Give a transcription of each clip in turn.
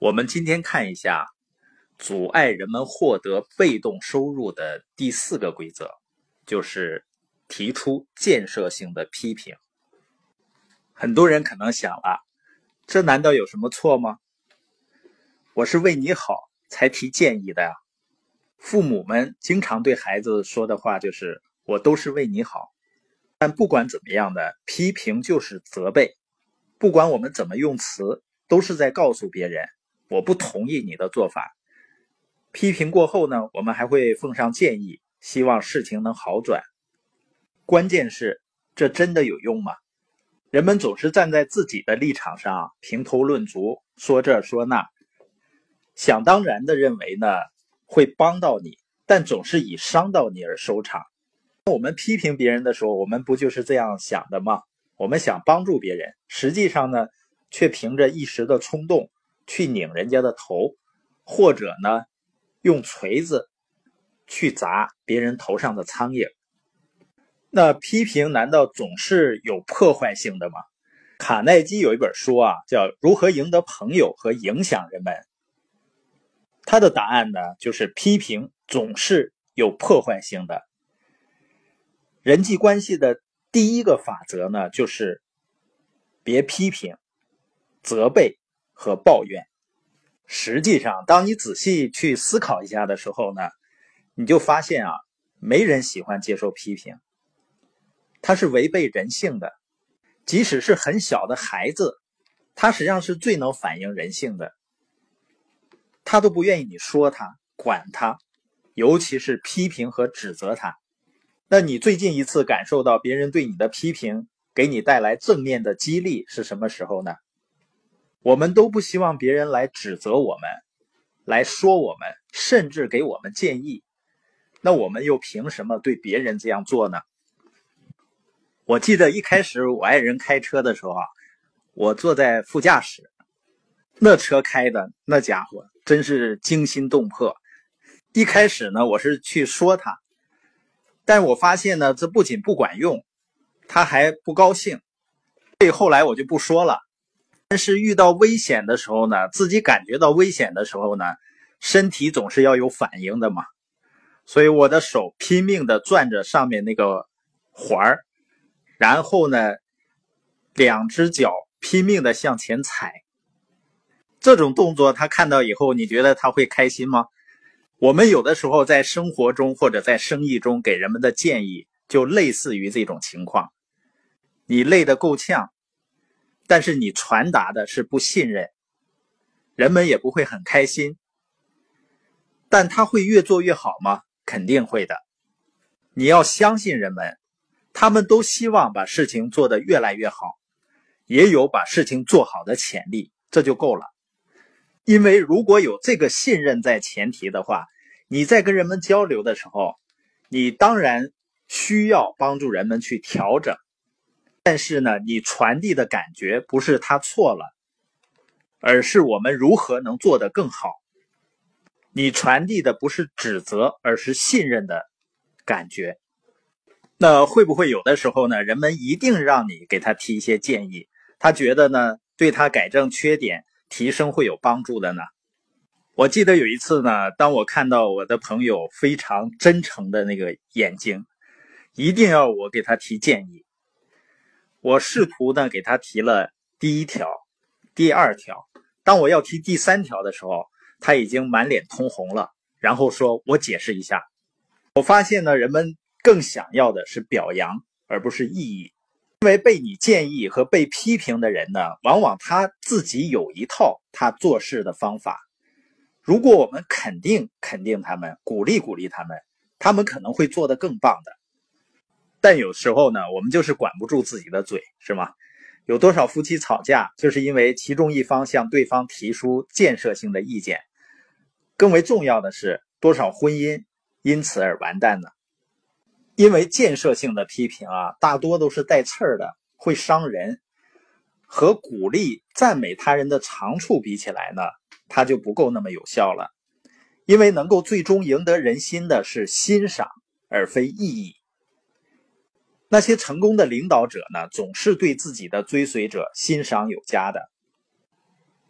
我们今天看一下阻碍人们获得被动收入的第4个规则，就是提出建设性的批评。很多人可能想了，这难道有什么错吗？我是为你好才提建议的呀。父母们经常对孩子说的话就是我都是为你好。但不管怎么样的，批评就是责备，不管我们怎么用词，都是在告诉别人我不同意你的做法。批评过后呢，我们还会奉上建议，希望事情能好转。关键是这真的有用吗？人们总是站在自己的立场上评头论足，说这说那，想当然的认为呢会帮到你，但总是以伤到你而收场。我们批评别人的时候，我们不就是这样想的吗？我们想帮助别人，实际上呢却凭着一时的冲动去拧人家的头，或者呢用锤子去砸别人头上的苍蝇。那批评难道总是有破坏性的吗？卡耐基有一本书叫《如何赢得朋友和影响人们》。他的答案呢，就是批评总是有破坏性的。人际关系的第一个法则呢，就是别批评、责备和抱怨。实际上，当你仔细去思考一下的时候呢，你就发现没人喜欢接受批评，它是违背人性的。即使是很小的孩子，他实际上是最能反映人性的，他都不愿意你说他、管他，尤其是批评和指责他。那你最近一次感受到别人对你的批评给你带来正面的激励是什么时候呢？我们都不希望别人来指责我们，来说我们，甚至给我们建议。那我们又凭什么对别人这样做呢？我记得一开始我爱人开车的时候我坐在副驾驶，那车开的那家伙真是惊心动魄。一开始呢，我是去说他，但我发现呢，这不仅不管用，他还不高兴，所以后来我就不说了。但是遇到危险的时候呢，自己感觉到危险的时候呢，身体总是要有反应的嘛，所以我的手拼命的攥着上面那个环，然后呢两只脚拼命的向前踩。这种动作他看到以后，你觉得他会开心吗？我们有的时候在生活中或者在生意中给人们的建议就类似于这种情况，你累得够呛，但是你传达的是不信任，人们也不会很开心。但他会越做越好吗？肯定会的。你要相信人们，他们都希望把事情做得越来越好，也有把事情做好的潜力，这就够了。因为如果有这个信任在前提的话，你在跟人们交流的时候，你当然需要帮助人们去调整，但是呢，你传递的感觉不是他错了，而是我们如何能做得更好。你传递的不是指责，而是信任的感觉。那会不会有的时候呢，人们一定让你给他提一些建议，他觉得呢，对他改正缺点提升会有帮助的呢？我记得有一次呢，当我看到我的朋友非常真诚的那个眼睛，一定要我给他提建议。我试图呢给他提了第1条、第2条，当我要提第3条的时候，他已经满脸通红了，然后说我解释一下。我发现呢，人们更想要的是表扬，而不是意义。因为被你建议和被批评的人呢，往往他自己有一套他做事的方法。如果我们肯定他们，鼓励他们，他们可能会做得更棒的。但有时候呢，我们就是管不住自己的嘴，是吗？有多少夫妻吵架，就是因为其中一方向对方提出建设性的意见。更为重要的是，多少婚姻因此而完蛋呢？因为建设性的批评大多都是带刺儿的，会伤人，和鼓励赞美他人的长处比起来呢，它就不够那么有效了。因为能够最终赢得人心的是欣赏，而非意义。那些成功的领导者呢，总是对自己的追随者欣赏有加的。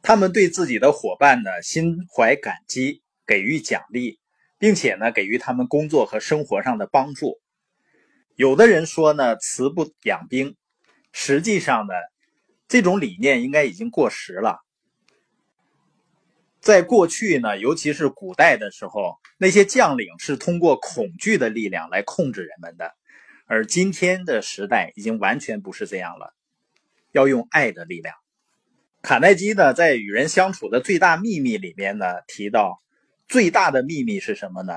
他们对自己的伙伴呢心怀感激，给予奖励，并且呢给予他们工作和生活上的帮助。有的人说呢慈不养兵，实际上呢这种理念应该已经过时了。在过去呢，尤其是古代的时候，那些将领是通过恐惧的力量来控制人们的，而今天的时代已经完全不是这样了，要用爱的力量。卡耐基呢，在《与人相处的最大秘密》里面呢提到，最大的秘密是什么呢？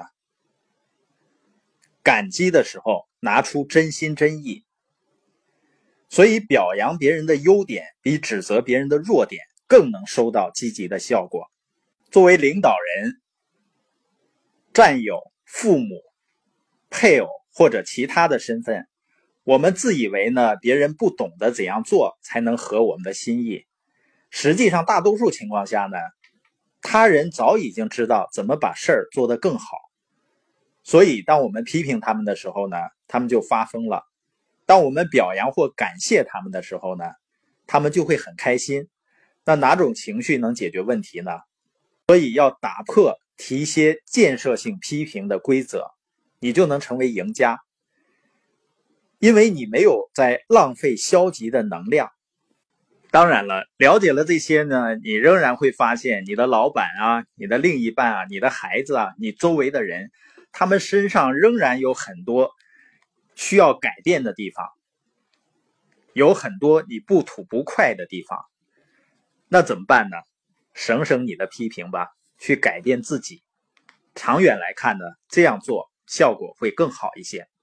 感激的时候拿出真心真意。所以表扬别人的优点比指责别人的弱点更能收到积极的效果。作为领导人、战友、父母、配偶或者其他的身份，我们自以为呢别人不懂得怎样做才能合我们的心意，实际上大多数情况下呢，他人早已经知道怎么把事儿做得更好。所以当我们批评他们的时候呢，他们就发疯了。当我们表扬或感谢他们的时候呢，他们就会很开心。那哪种情绪能解决问题呢？所以要打破提些建设性批评的规则，你就能成为赢家。因为你没有在浪费消极的能量。当然了，了解了这些呢，你仍然会发现你的老板啊，你的另一半啊，你的孩子啊，你周围的人，他们身上仍然有很多需要改变的地方，有很多你不吐不快的地方。那怎么办呢？省省你的批评吧，去改变自己。长远来看呢，这样做效果会更好一些。